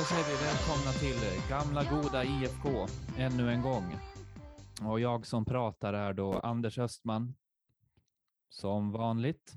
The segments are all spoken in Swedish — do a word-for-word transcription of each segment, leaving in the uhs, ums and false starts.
säger vi välkomna till gamla goda I F K ännu en gång. Och jag som pratar är då Anders Östman, som vanligt.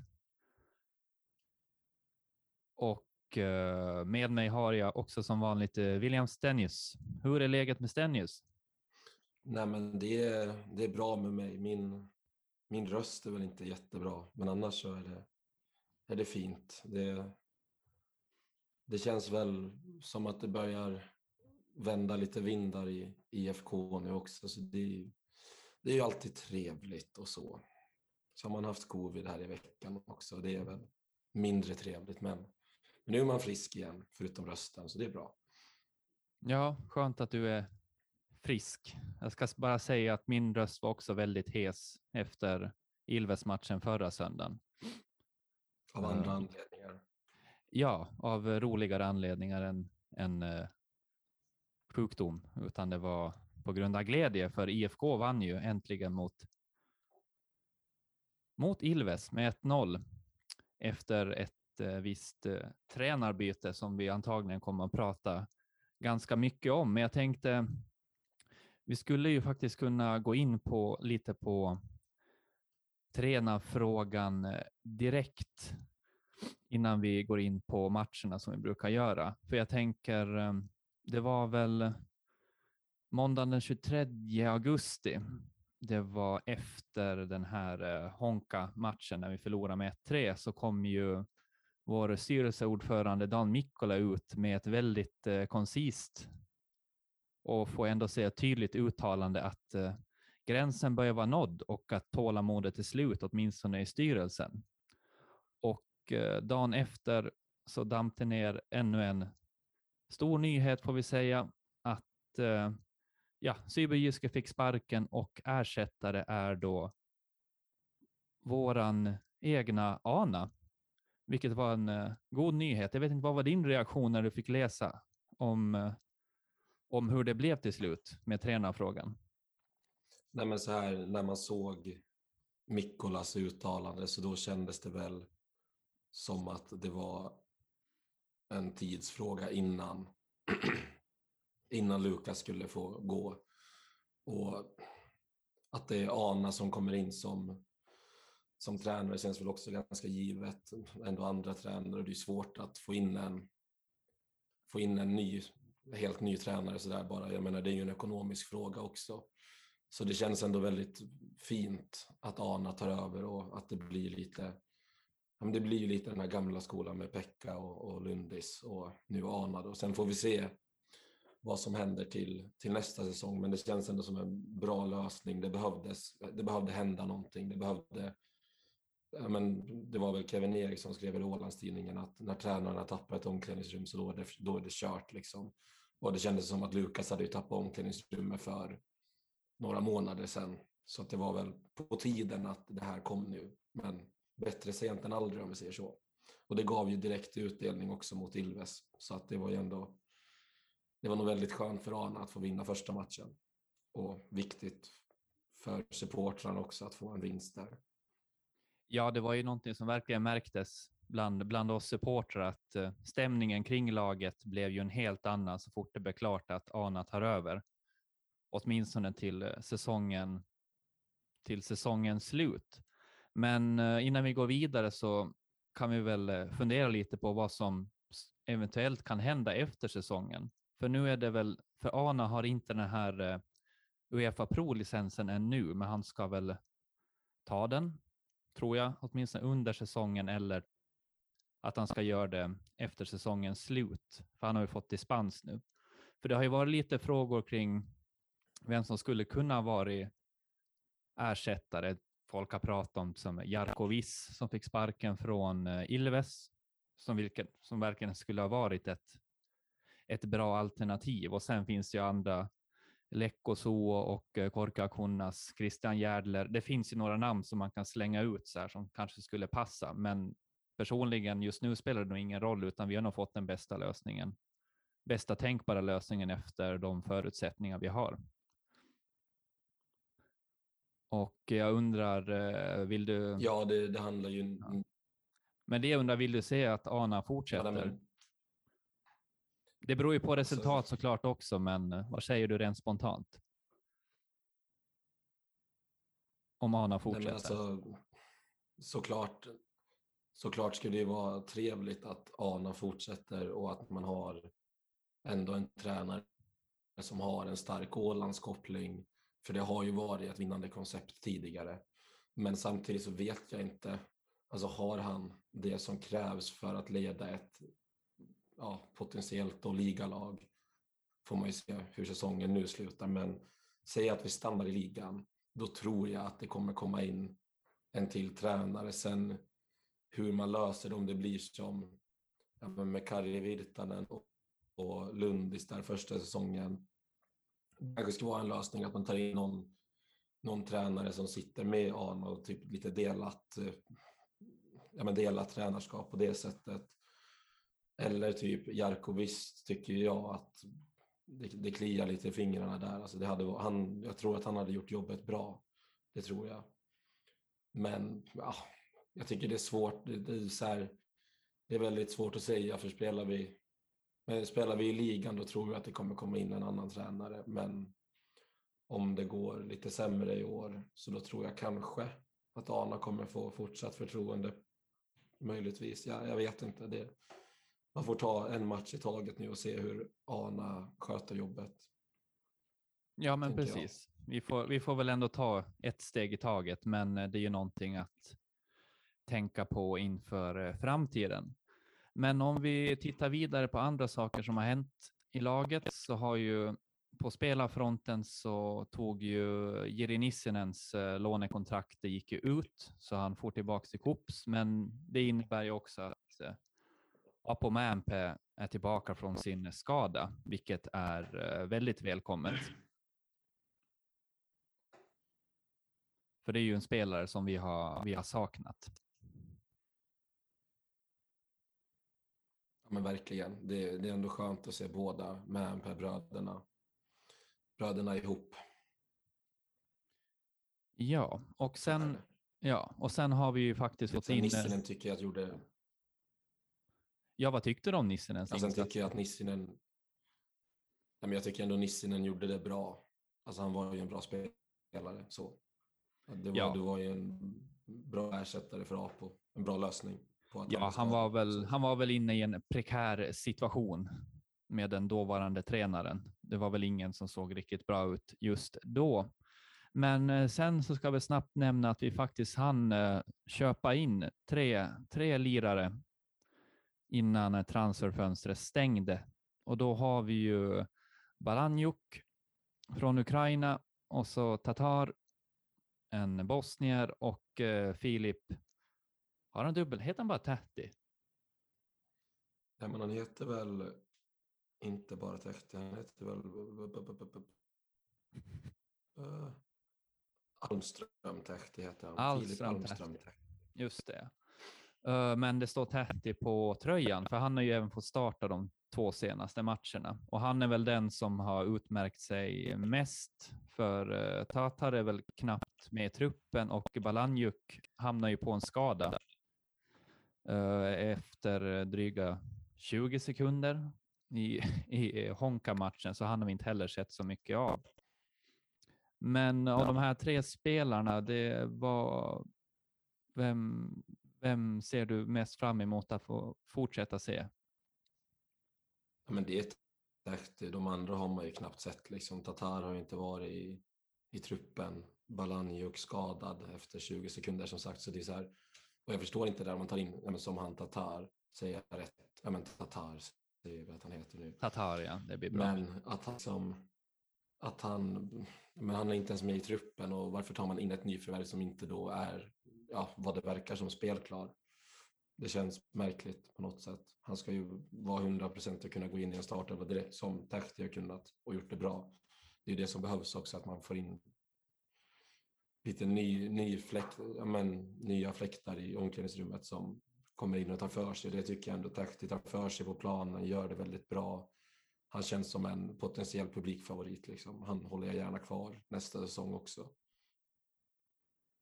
Och med mig har jag också som vanligt William Stennius. Hur är läget med Stennius? Nej, men det är, det är bra med mig. Min, min röst är väl inte jättebra, men annars så är det, är det fint. Det, det känns väl som att det börjar vända lite vindar i I F K nu också, så det, det är ju alltid trevligt och så. Så har man haft covid här i veckan också, det är väl mindre trevligt, men, men nu är man frisk igen, förutom rösten, så det är bra. Ja, skönt att du är frisk. Jag ska bara säga att min röst var också väldigt hes efter Ilves-matchen förra söndagen. Av andra uh, anledningar? Ja, av roligare anledningar än, än uh, sjukdom, utan det var på grund av glädje, för I F K vann ju äntligen mot, mot Ilves med ett noll efter ett uh, visst uh, tränarbyte som vi antagligen kommer att prata ganska mycket om. Men jag tänkte vi skulle ju faktiskt kunna gå in på lite på tränarfrågan direkt innan vi går in på matcherna som vi brukar göra. För jag tänker, det var väl måndagen den tjugotredje augusti. Det var efter den här Honka-matchen när vi förlorade med ett tre, så kom ju vår styrelseordförande Dan Mikkola ut med ett väldigt koncist och får ändå säga ett tydligt uttalande att eh, gränsen börjar vara nådd och att tålamodet är slut, åtminstone i styrelsen. Och eh, dagen efter så damp det ner ännu en stor nyhet, får vi säga, att eh, ja, Cyberjyske fick sparken och ersättare är då våran egna Ana, vilket var en eh, god nyhet. Jag vet inte, vad var din reaktion när du fick läsa om eh, om hur det blev till slut med tränarfrågan? Nej, men så här, när man såg Mikkolas uttalande så då kändes det väl som att det var en tidsfråga innan innan Lukas skulle få gå, och att det är Ana som kommer in som som tränare känns väl också ganska givet. Ändå andra tränare, det är svårt att få in en få in en ny helt ny tränare så där bara. Jag menar, det är ju en ekonomisk fråga också. Så det känns ändå väldigt fint att Ana tar över och att det blir lite det blir ju lite den här gamla skolan med Pekka och, och Lundis och nu Ana då. Sen får vi se vad som händer till, till nästa säsong, men det känns ändå som en bra lösning. Det behövdes, det behövde hända någonting. Det behövde ja, men det var väl Kevin Eriksson som skrev i Ålandstidningen att när tränarna tappar ett omklädningsrum så då är det, då är det kört liksom. Och det kändes som att Lukas hade ju tappat omklädningsrummet för några månader sedan. Så att det var väl på tiden att det här kom nu. Men bättre sent än aldrig, om vi säger så. Och det gav ju direkt utdelning också mot Ilves. Så att det var ju ändå det var nog väldigt skönt för Ana att få vinna första matchen. Och viktigt för supportrarna också att få en vinst där. Ja, det var ju någonting som verkligen märktes bland, bland oss supportrar, att uh, stämningen kring laget blev ju en helt annan så fort det blev klart att Ana tar över. Åtminstone till uh, säsongen till säsongens slut. Men uh, innan vi går vidare så kan vi väl uh, fundera lite på vad som eventuellt kan hända efter säsongen. För nu är det väl, för Ana har inte den här uh, UEFA Pro-licensen ännu, men han ska väl ta den, tror jag, åtminstone under säsongen, eller att han ska göra det efter säsongens slut. För han har ju fått dispens nu. För det har ju varit lite frågor kring vem som skulle kunna vara ersättare. Folk har pratat om som Jarko Viss som fick sparken från Ilves, som, vilket, som verkligen skulle ha varit ett, ett bra alternativ. Och sen finns det ju andra, Lekko So och Korka Kunnas, Christian Järdler. Det finns ju några namn som man kan slänga ut så här som kanske skulle passa, men personligen just nu spelar det nog ingen roll, utan vi har nog fått den bästa lösningen. Bästa tänkbara lösningen efter de förutsättningar vi har. Och jag undrar, vill du... Ja, det, det handlar ju... Ja. Men det jag undrar, vill du se att Ana fortsätter? Ja, men... Det beror ju på resultat så, såklart också, men vad säger du rent spontant? Om Ana fortsätter. Nej, men alltså, såklart, såklart skulle det vara trevligt att Ana fortsätter och att man har ändå en tränare som har en stark Ålandskoppling. För det har ju varit ett vinnande koncept tidigare. Men samtidigt så vet jag inte, alltså har han det som krävs för att leda ett ja, potentiellt då ligalag? Får man ju se hur säsongen nu slutar. Men säg att vi stannar i ligan, då tror jag att det kommer komma in en till tränare. Sen hur man löser det, om det blir som ja, med Kari Virtanen och, och Lundis där första säsongen. Det kanske ska vara en lösning att man tar in någon, någon tränare som sitter med Ana och typ lite delat, ja, men delat tränarskap på det sättet. Eller typ Jarko, visst tycker jag att det, det kliar lite i fingrarna där. Alltså det hade, han, jag tror att han hade gjort jobbet bra. Det tror jag. Men ja, jag tycker det är svårt. Det, det, är så här, det är väldigt svårt att säga, för spelar vi, men spelar vi i ligan då tror jag att det kommer komma in en annan tränare. Men om det går lite sämre i år så då tror jag kanske att Ana kommer få fortsatt förtroende. Möjligtvis. Ja, jag vet inte. Det, man får ta en match i taget nu och se hur Ana sköter jobbet. Ja, men precis. Vi får, vi får väl ändå ta ett steg i taget, men det är ju någonting att tänka på inför framtiden. Men om vi tittar vidare på andra saker som har hänt i laget, så har ju på spelarfronten så tog ju Jiri Nissinens lånekontrakt, det gick ju ut, så han får tillbaka till Kops, men det innebär ju också att Apo Mämpä är tillbaka från sin skada, vilket är väldigt välkommet. För det är ju en spelare som vi har, vi har saknat. Ja, men verkligen. Det, det är ändå skönt att se båda Mämpä-bröderna bröderna ihop. Ja, och sen, ja, och sen har vi ju faktiskt fått in... Nissinen tycker jag att gjorde... Ja, vad tyckte du om Nissinens insats? Sen tycker jag att Nissinen... Nej, men jag tycker ändå Nissinen gjorde det bra. Alltså han var ju en bra spelare. Så. Det var, ja. det var ju en bra ersättare för Apo. En bra lösning. På att ja, han, han, var väl, han var väl inne i en prekär situation med den dåvarande tränaren. Det var väl ingen som såg riktigt bra ut just då. Men sen så ska vi snabbt nämna att vi faktiskt hann köpa in tre, tre lirare innan transferfönstret stängde. Och då har vi ju Balanjuk från Ukraina och så Tatar, en bosnier, och eh, Filip, har han dubbel? Heter han bara Tähti? Nej, men han heter väl inte bara Tähti, han heter väl uh, Almström Tähti heter han. Almström, Filip Almström Tähti. Just det. Uh, men det står Tähti på tröjan, för han har ju även fått starta de två senaste matcherna. Och han är väl den som har utmärkt sig mest, för uh, Tatar är väl knappt med i truppen och Balanjuk hamnar ju på en skada uh, efter dryga tjugo sekunder i, i Honka-matchen, så han har vi inte heller sett så mycket av. Men av ja. de här tre spelarna, det var vem, vem ser du mest fram emot att få fortsätta se? Ja, men det är Tähti. De andra har man ju knappt sett. Liksom. Tatar har ju inte varit i, i truppen. Balanjuk skadad efter tjugo sekunder som sagt. Så det är så här, och jag förstår inte där man tar in, ja, som han Tatar, säger jag rätt? Ja, men Tatar säger jag att han heter nu. Tatar, ja, det blir bra. Men att han som att han, men han är inte ens med i truppen, och varför tar man in ett nyförvärv som inte då är, ja, vad det verkar som, spelklar? Det känns märkligt på något sätt. Han ska ju vara hundra procent och kunna gå in i en startelva direkt som Tähti har kunnat och gjort det bra. Det är det som behövs också, att man får in lite ny, ny fläkt, ja, men, nya fläktar i omklädningsrummet som kommer in och tar för sig. Det tycker jag ändå Tähti tar för sig på planen, gör det väldigt bra. Han känns som en potentiell publikfavorit. Liksom. Han håller jag gärna kvar nästa säsong också.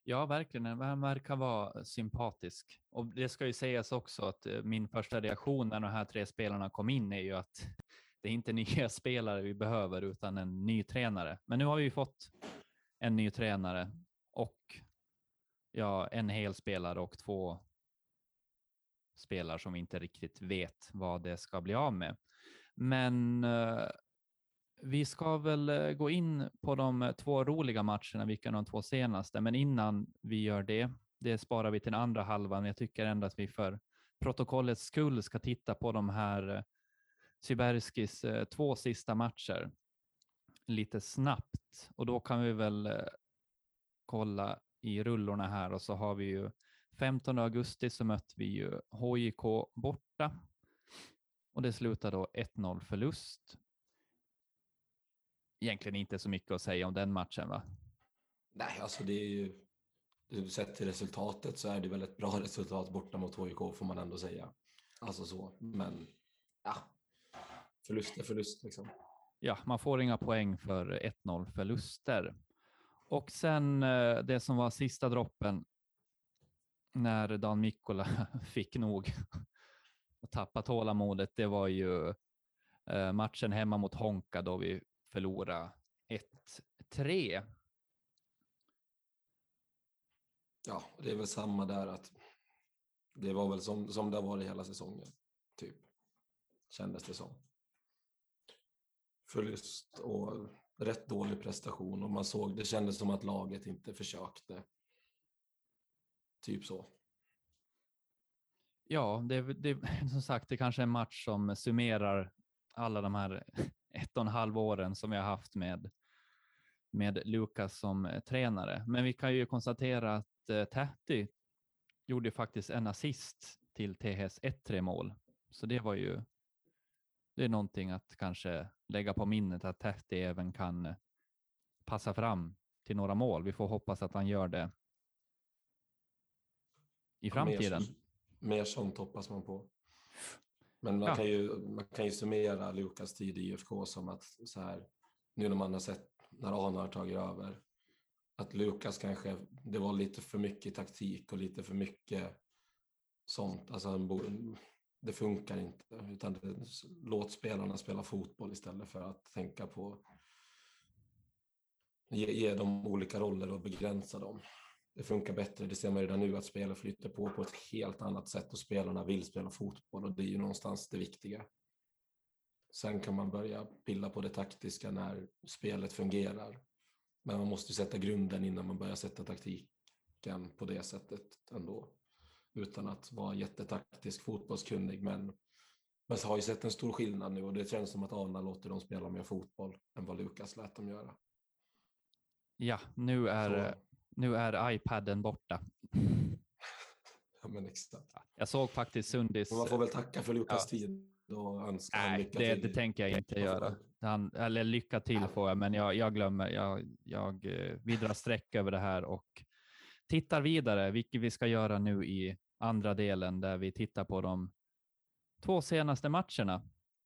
Ja, verkligen. Han verkar vara sympatisk. Och det ska ju sägas också att min första reaktion när de här tre spelarna kom in är ju att det är inte nya spelare vi behöver utan en ny tränare. Men nu har vi ju fått en ny tränare och ja, en hel spelare och två spelare som vi inte riktigt vet vad det ska bli av med. Men uh, vi ska väl gå in på de två roliga matcherna, vilka de två senaste. Men innan vi gör det, det sparar vi till den andra halvan. Jag tycker ändå att vi för protokollets skull ska titta på de här Syberskis uh, två sista matcher lite snabbt. Och då kan vi väl uh, kolla i rullorna här och så har vi ju femtonde augusti så mötte vi ju H J K borta och det slutar då ett noll förlust. Egentligen inte så mycket att säga om den matchen, va? Nej, alltså det är ju, sett till resultatet så är det väl ett bra resultat borta mot H J K får man ändå säga. Alltså så, men ja, förlust är förlust liksom. Ja, man får inga poäng för ett noll förluster. Och sen det som var sista droppen när Dan Mikkola fick nog och tappat tålamodet, det var ju matchen hemma mot Honka då vi förlorade ett tre. Ja, det är väl samma där att det var väl som, som det har varit hela säsongen, typ. Kändes det som. Förlust och rätt dålig prestation och man såg, det kändes som att laget inte försökte. Typ så. Ja, det, det, som sagt, det kanske är en match som summerar alla de här ett och en halv åren som vi har haft med, med Lukas som tränare. Men vi kan ju konstatera att eh, Tähty gjorde faktiskt en assist till T H:s ett tre mål. Så det var ju det är någonting att kanske lägga på minnet att Tähty även kan passa fram till några mål. Vi får hoppas att han gör det i framtiden. Ja, mer, mer sånt hoppas man på. Men man, ja. kan ju, man kan ju summera Lukas tid i I F K som att så här, nu när man har sett när Arne har tagit över, att Lukas kanske, det var lite för mycket taktik och lite för mycket sånt. Alltså, det funkar inte, utan det, låt spelarna spela fotboll istället för att tänka på ge, ge dem olika roller och begränsa dem. Det funkar bättre, det ser man redan nu att spelare flyttar på på ett helt annat sätt och spelarna vill spela fotboll och det är ju någonstans det viktiga. Sen kan man börja pilla på det taktiska när spelet fungerar. Men man måste sätta grunden innan man börjar sätta taktiken på det sättet ändå. Utan att vara jättetaktisk fotbollskunnig. Men man har ju sett en stor skillnad nu och det känns som att Arna låter dem spela mer fotboll än vad Lukas lät dem göra. Ja, nu är, nu är iPaden borta. Ja, men exakt. Jag såg faktiskt Sundis... Man får väl tacka för Lukas ja. tid och önska Nej, lycka det, till. det tänker jag inte göra. Han, eller lycka till får jag, men jag, jag glömmer. Jag, jag vi drar streck över det här och tittar vidare, vilket vi ska göra nu i andra delen där vi tittar på de två senaste matcherna.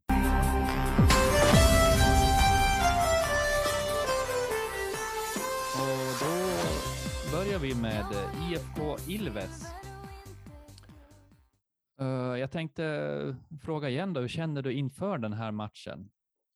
Och då börjar vi med I F K Ilves. Uh, jag tänkte fråga igen då, hur känner du inför den här matchen?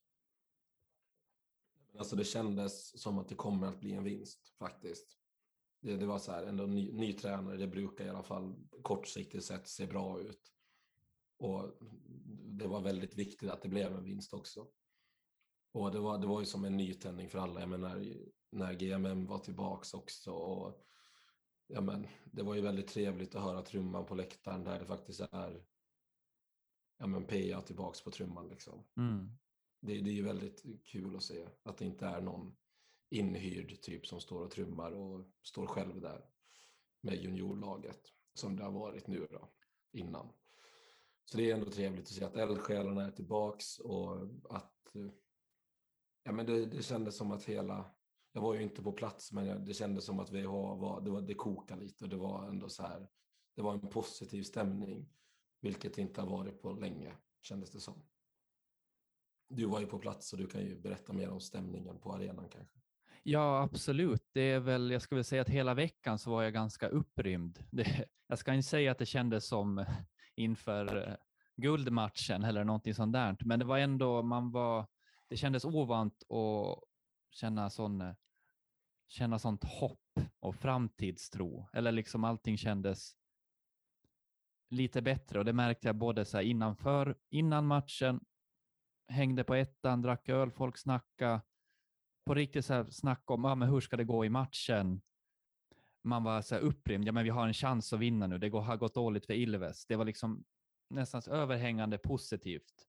Alltså det kändes som att det kommer att bli en vinst faktiskt. Det, det var så här, ändå ny, ny tränare, det brukar i alla fall kortsiktigt sett se bra ut. Och det var väldigt viktigt att det blev en vinst också. Och det var, det var ju som en nytändning för alla. Jag menar, när G M M var tillbaks också. Och, ja, men, det var ju väldigt trevligt att höra trumman på läktaren där det faktiskt är ja, men P A tillbaks på trumman. Liksom. Mm. Det, det är ju väldigt kul att se att det inte är någon inhyrd typ som står och trummar och står själv där med juniorlaget som det har varit nu då, innan. Så det är ändå trevligt att se att eldsjälarna är tillbaks och att ja, men det, det kändes som att hela, jag var ju inte på plats men det kändes som att V H var, det, var, det kokade lite och det var ändå så här, det var en positiv stämning vilket inte har varit på länge, kändes det som. Du var ju på plats och du kan ju berätta mer om stämningen på arenan kanske. Ja, absolut. Det är väl, jag skulle säga att hela veckan så var jag ganska upprymd. Det, jag ska inte säga att det kändes som inför eh, guldmatchen eller någonting sånt där, men det var ändå, man var, det kändes ovant att känna sån, eh, känna sånt hopp och framtidstro, eller liksom allting kändes lite bättre, och det märkte jag både så här innanför, innan matchen, hängde på ettan, drack öl, folk snacka på riktigt så här snack om, ja, men hur ska det gå i matchen? Man var så här upprymd, ja men vi har en chans att vinna nu, det går, har gått dåligt för Ilves. Det var liksom nästan överhängande positivt.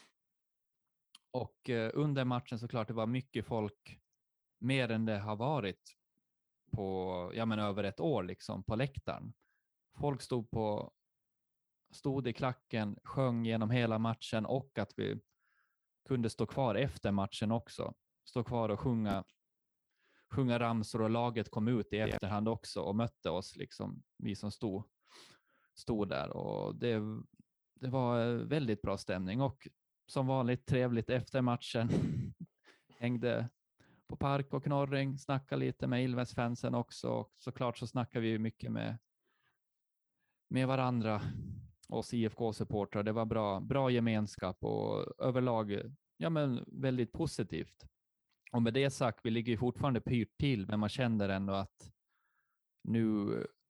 Och eh, under matchen såklart, det var mycket folk, mer än det har varit på, ja men över ett år liksom, på läktaren. Folk stod på, stod i klacken, sjöng genom hela matchen, och att vi kunde stå kvar efter matchen också. Stå kvar och sjunga sjunga ramsor, och laget kom ut i efterhand också och mötte oss, liksom, vi som stod, stod där. Och det, det var väldigt bra stämning, och som vanligt trevligt efter matchen. Hängde på Park och Knorring, snackade lite med Ilves-fansen också. Och såklart så snackade vi mycket med, med varandra, oss I F K-supportrar. Det var bra, bra gemenskap och överlag, ja men väldigt positivt. Och med det sagt, vi ligger ju fortfarande pyrt till, men man känner ändå att nu,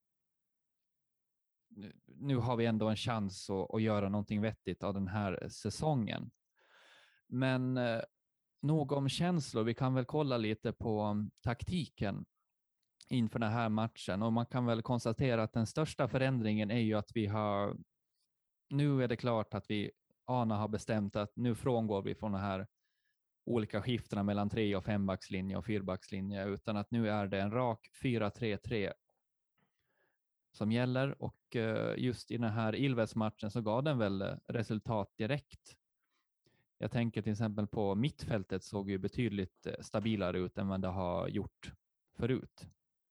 nu har vi ändå en chans att, att göra någonting vettigt av den här säsongen. Men eh, nog om känslor, vi kan väl kolla lite på um, taktiken inför den här matchen, och man kan väl konstatera att den största förändringen är ju att vi har, nu är det klart att vi, Ana har bestämt att nu frångår vi från de här olika skiftena mellan tre och fembackslinje och fyrbackslinje, utan att nu är det en rak fyra tre tre som gäller, och just i den här Ilves-matchen så gav den väl resultat direkt. Jag tänker till exempel på mittfältet, såg ju betydligt stabilare ut än vad det har gjort förut.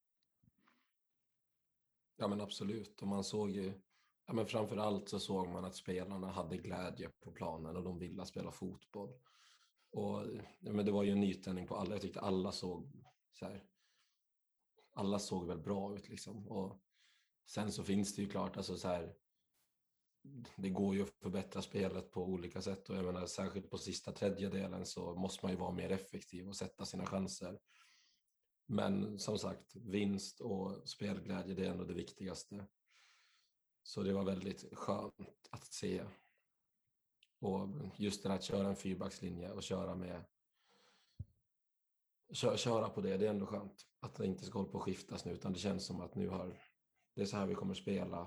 Ja men absolut, och man såg ju, ja men framför allt så såg man att spelarna hade glädje på planen och de ville spela fotboll. Och ja, men det var ju en nytändning på alla. Jag tyckte alla såg så här, alla såg väl bra ut liksom. Och sen så finns det ju klart, alltså så här, det går ju att förbättra spelet på olika sätt, och jag menar särskilt på sista tredjedelen så måste man ju vara mer effektiv och sätta sina chanser. Men som sagt, vinst och spelglädje, det är ändå det viktigaste. Så det var väldigt skönt att se. Och just det här att köra en fyrbackslinje och köra med kö, köra på det, det är ändå skönt. Att det inte ska hålla på att skiftas nu, utan det känns som att nu har, det är så här vi kommer spela.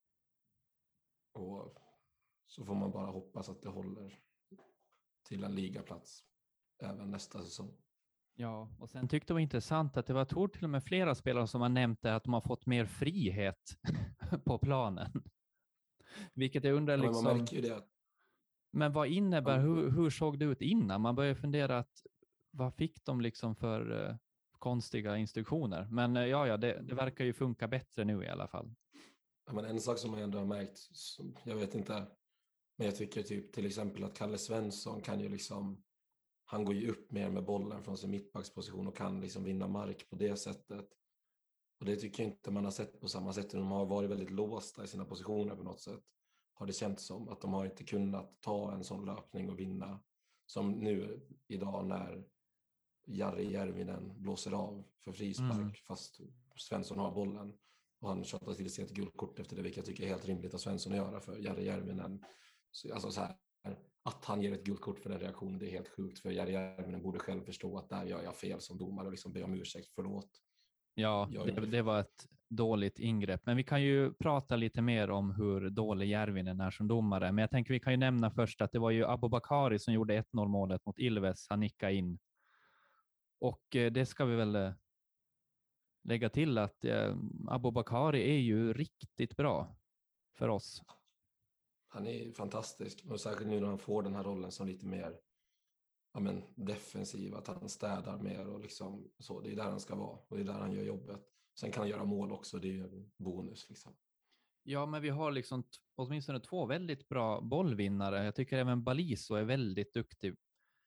Och så får man bara hoppas att det håller till en ligaplats även nästa säsong. Ja, och sen tyckte det var intressant att det var, tror till och med flera spelare som har nämnt det, att de har fått mer frihet på planen. Vilket jag undrar Ja, liksom... men man märker ju det. Men vad innebär, hur, hur såg det ut innan? Man börjar fundera att vad fick de liksom för uh, konstiga instruktioner? Men uh, ja, ja, det, det verkar ju funka bättre nu i alla fall. Ja, men en sak som jag ändå har märkt, som, jag vet inte, men jag tycker typ till exempel att Kalle Svensson kan ju liksom, han går ju upp mer med bollen från sin mittbacksposition och kan liksom vinna mark på det sättet. Och det tycker jag inte man har sett på samma sätt. De har varit väldigt låsta i sina positioner på något sätt. Har det känts som att de har inte kunnat ta en sån löpning och vinna. Som nu idag när Jari Järvinen blåser av för frispark mm. fast Svensson har bollen. Och han tjatar till sig ett gult kort efter det, vilket jag tycker är helt rimligt av Svensson att göra för Jari Järvinen. Så, alltså så här, att han ger ett gult kort för den reaktionen, det är helt sjukt. För Jari Järvinen borde själv förstå att där gör jag fel som domare och liksom be om ursäkt, förlåt. Ja, det, det var ett dåligt ingrepp. Men vi kan ju prata lite mer om hur dålig Järvinen är som domare. Men jag tänker vi kan ju nämna först att det var ju Abubakari som gjorde ett noll målet mot Ilves. Han nickade in. Och det ska vi väl lägga till att eh, Abubakari är ju riktigt bra för oss. Han är fantastisk, och särskilt nu när han får den här rollen som lite mer ja, men defensiv, att han städar mer och liksom så. Det är där han ska vara och det är där han gör jobbet. Sen kan han göra mål också, det är ju en bonus liksom. Ja, men vi har liksom åtminstone två väldigt bra bollvinnare. Jag tycker även Baliso är väldigt duktig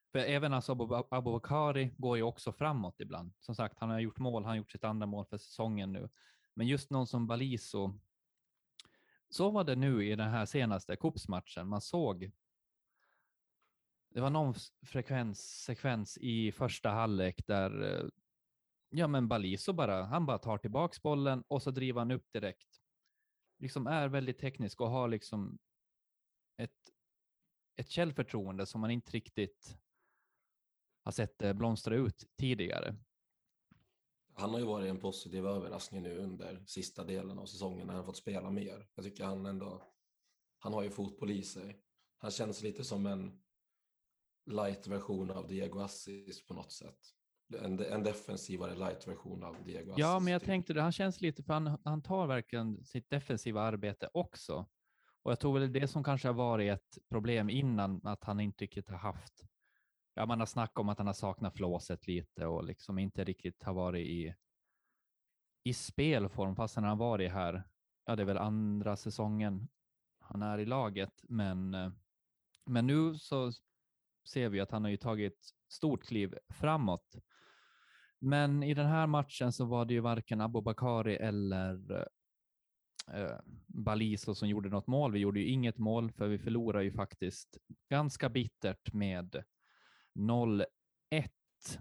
För även alltså Abu- Abubakari går ju också framåt ibland. Som sagt, han har gjort mål, han har gjort sitt andra mål för säsongen nu. Men just någon som Baliso, så var det nu i den här senaste cupsmatchen. Man såg, det var någon frekvens, sekvens i första halvlek där eh, ja, men Baliso bara, han bara tar tillbaks bollen och så driver han upp direkt. Liksom är väldigt teknisk och har liksom ett, ett självförtroende som man inte riktigt har sett det blomstra ut tidigare. Han har ju varit en positiv överraskning nu under sista delen av säsongen när han fått spela mer. Jag tycker han ändå, han har ju fotboll i sig. Han känns lite som en light-version av Diego Assis på något sätt. En, en defensivare light-version av Diego Assis. Ja, men jag typ. tänkte det, han känns lite, för han, han tar verkligen sitt defensiva arbete också. Och jag tror väl det som kanske har varit ett problem innan, att han inte riktigt har haft, ja, man har snackat om att han har saknat flåset lite och liksom inte riktigt har varit i, i spelform, fast han har varit här, ja, det är väl andra säsongen han är i laget, men, men nu så ser vi att han har ju tagit stort kliv framåt. Men i den här matchen så var det ju varken Abubakari eller eh, Baliso som gjorde något mål. Vi gjorde ju inget mål, för vi förlorade ju faktiskt ganska bittert med noll ett.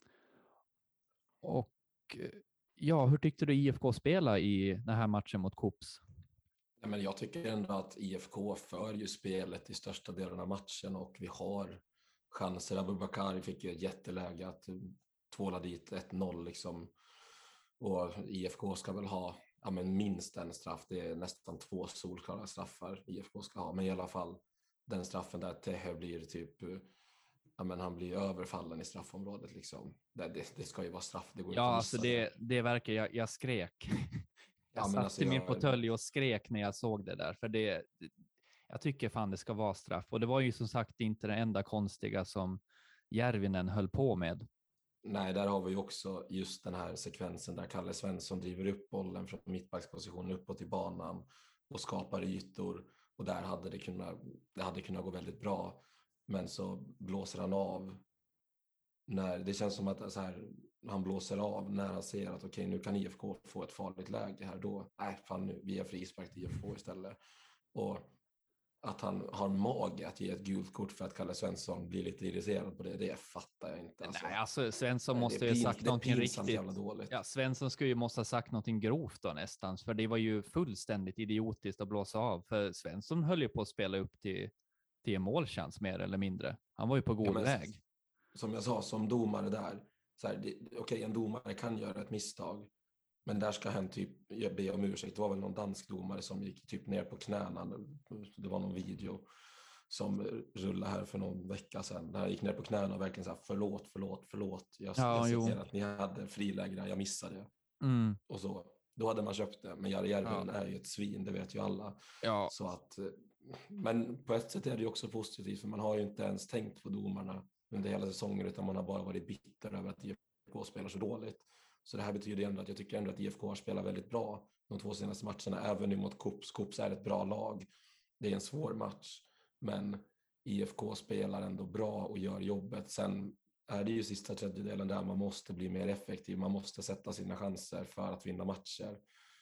Och ja, hur tyckte du I F K spela i den här matchen mot Kops? Ja, men jag tycker ändå att I F K för ju spelet i största delen av matchen och vi har chanser. Abubakari fick ju ett jätteläge att tvåla dit ett noll liksom. Och I F K ska väl ha, ja, men minst en straff. Det är nästan två solklara straffar I F K ska ha. Men i alla fall den straffen där Tehe blir typ, ja, men han blir överfallen i straffområdet liksom. Det, det, det ska ju vara straff. Det går Ja, inte att alltså missa det, det. det verkar, jag, jag skrek. Jag Ja, men satt alltså i min jag- fåtölj och skrek när jag såg det där, för det, jag tycker fan det ska vara straff. Och det var ju som sagt inte det enda konstiga som Järvinen höll på med. Nej, där har vi ju också just den här sekvensen där Kalle Svensson driver upp bollen från mittbackspositionen uppåt i banan och skapar ytor. Och där hade det kunnat, det hade kunnat gå väldigt bra. Men så blåser han av. När, det känns som att så här, han blåser av när han ser att okej, okay, nu kan I F K få ett farligt läge här. Då, nej fan nu, vi är frispark till I F K istället. Och att han har mage att ge ett gult kort för att Kalle Svensson blir lite irriterad på det, det fattar jag inte. Alltså. Nej, alltså Svensson Nej, måste det är ju pin, sagt det är någonting pinsamt riktigt. jävla dåligt. Ja, Svensson skulle ju måste ha sagt någonting grovt då nästan, för det var ju fullständigt idiotiskt att blåsa av. För Svensson höll ju på att spela upp till, till en målchans mer eller mindre. Han var ju på god Ja, men, väg. Som jag sa, som domare där, så här, okej, okay, en domare kan göra ett misstag, men där ska han typ be om ursäkt. Det var väl någon dansk domare som gick typ ner på knäna. Det var någon video som rullade här för någon vecka sedan. Där han gick ner på knäna och verkligen så här, förlåt, förlåt, förlåt. Jag, Ja, jag ser jo. att ni hade friläge, jag missade det. Mm. Och så, då hade man köpt det. Men Jari Järvinen Ja. är ju ett svin, det vet ju alla. Ja. Så att, men på ett sätt är det ju också positivt, för man har ju inte ens tänkt på domarna under hela säsongen, utan man har bara varit bitter över att I F K spelar så dåligt. Så det här betyder ändå att jag tycker ändå att I F K har spelat väldigt bra de två senaste matcherna, även nu mot Kops. Kops är ett bra lag. Det är en svår match, men I F K spelar ändå bra och gör jobbet. Sen är det ju sista tredjedelen där man måste bli mer effektiv. Man måste sätta sina chanser för att vinna matcher.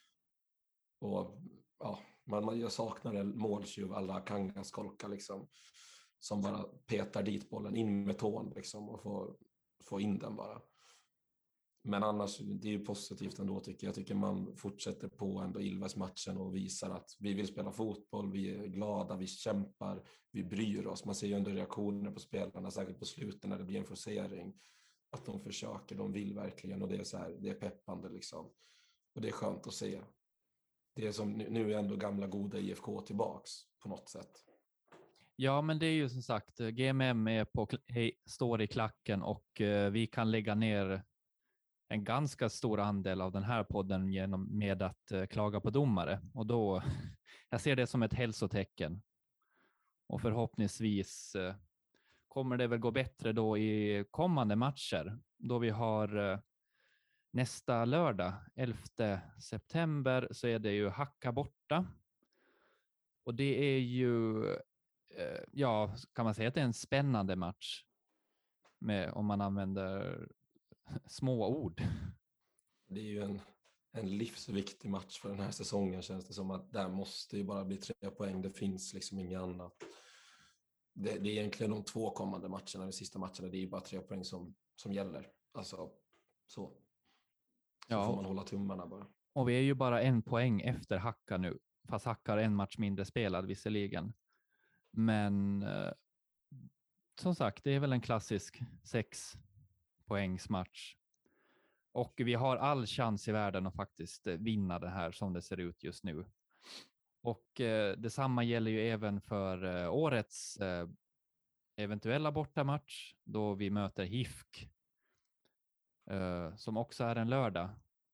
Och ja, man, man, jag saknar en måltjuv alla Kangaskolka liksom, som bara petar dit bollen in med tån liksom, och får, får in den bara. Men annars, det är ju positivt ändå tycker jag. Jag tycker man fortsätter på ändå Ilves-matchen och visar att vi vill spela fotboll, vi är glada, vi kämpar, vi bryr oss. Man ser ju ändå reaktioner på spelarna, särskilt på slutet när det blir en forcering, att de försöker, de vill verkligen, och det är så här, det är peppande liksom. Och det är skönt att se. Det är som, nu är ändå gamla goda I F K tillbaks på något sätt. Ja, men det är ju som sagt, G M M är på, står i klacken och eh, vi kan lägga ner en ganska stor andel av den här podden genom med att eh, klaga på domare. Och då, jag ser det som ett hälsotecken. Och förhoppningsvis eh, kommer det väl gå bättre då i kommande matcher, då vi har eh, nästa lördag, elfte september, så är det ju Hacka borta. Och det är ju, eh, ja, kan man säga att det är en spännande match. med, om man använder små ord. Det är ju en, en livsviktig match för den här säsongen, känns det som att där måste ju bara bli tre poäng. Det finns liksom inget annat. Det, det är egentligen de två kommande matcherna, de sista matcherna, det är ju bara tre poäng som, som gäller. Alltså, så. Så ja. Får man hålla tummarna bara. Och vi är ju bara en poäng efter Hacka nu. Fast Hacka har en match mindre spelad visserligen. Men eh, som sagt, det är väl en klassisk sex poängsmatch. Och vi har all chans i världen att faktiskt vinna det här som det ser ut just nu. Och eh, detsamma gäller ju även för eh, årets eh, eventuella bortamatch då vi möter H I F K eh, som också är en lördag.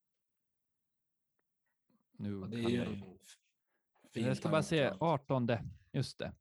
Nu ja, det är kan ju jag... en fin jag ska bara se artonde, just det.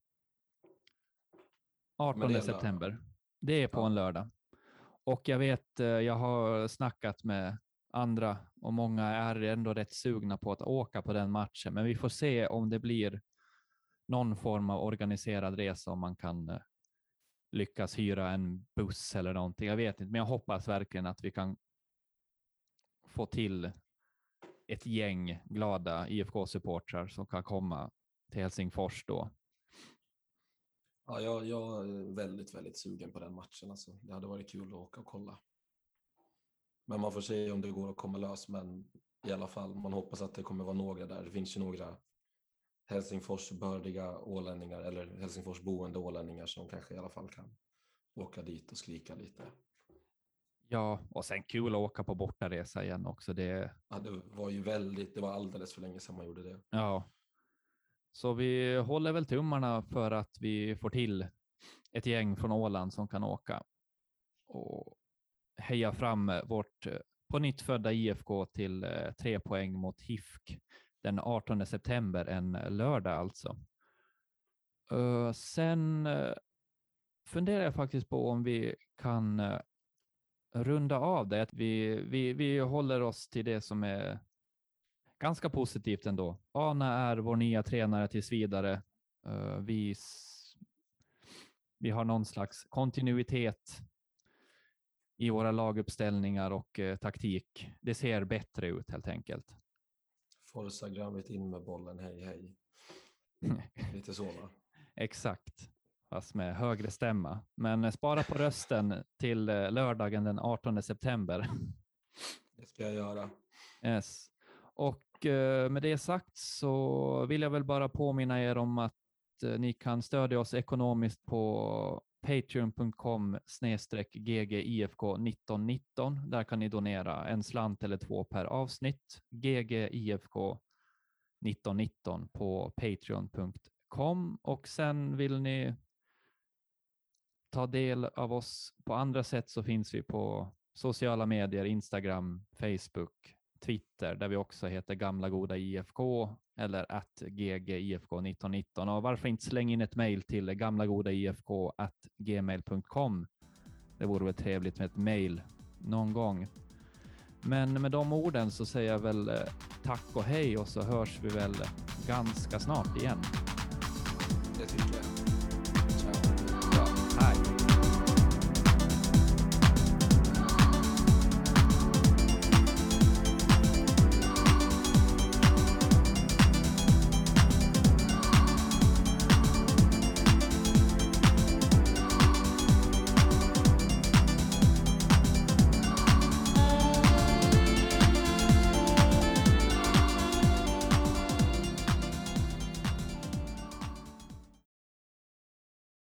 artonde september. Det är på ja. en lördag. Och jag vet, jag har snackat med andra och många är ändå rätt sugna på att åka på den matchen. Men vi får se om det blir någon form av organiserad resa, om man kan lyckas hyra en buss eller någonting. Jag vet inte, men jag hoppas verkligen att vi kan få till ett gäng glada I F K-supportrar som kan komma till Helsingfors då. Ja, jag, jag är väldigt, väldigt sugen på den matchen. Alltså. Det hade varit kul att åka och kolla. Men man får se om det går att komma lös. Men i alla fall, man hoppas att det kommer vara några där. Det finns ju några Helsingforsbördiga ålänningar eller Helsingforsboende ålänningar som kanske i alla fall kan åka dit och skrika lite. Ja, och sen kul att åka på bortaresa igen också. Det... Ja, det var ju väldigt, det var alldeles för länge sedan man gjorde det. Ja. Så vi håller väl tummarna för att vi får till ett gäng från Åland som kan åka och heja fram vårt på nytt födda I F K till tre poäng mot H I F K den artonde september, en lördag alltså. Uh, sen uh, funderar jag faktiskt på om vi kan uh, runda av det. Att vi, vi, vi håller oss till det som är ganska positivt ändå. Ana är vår nya tränare tills vidare. Uh, vi, vi har någon slags kontinuitet i våra laguppställningar och uh, taktik. Det ser bättre ut helt enkelt. Forza Granvit in med bollen, hej hej. Lite så va? Exakt, fast med högre stämma. Men spara på rösten till lördagen den artonde september. Det ska jag göra. Yes. Och med det sagt så vill jag väl bara påminna er om att ni kan stödja oss ekonomiskt på patreon punkt com snedstreck g g i f k nitton nitton. Där kan ni donera en slant eller två per avsnitt. g g i f k nitton nitton på patreon punkt com. Och sen vill ni ta del av oss på andra sätt så finns vi på sociala medier, Instagram, Facebook, Twitter, där vi också heter Gamla Goda I F K eller at g g i f k nitton nitton. Och varför inte slänga in ett mejl till gamlagodaifk at gmail punkt com. Det vore väl trevligt med ett mejl någon gång. Men med de orden så säger jag väl tack och hej och så hörs vi väl ganska snart igen. Det tycker jag.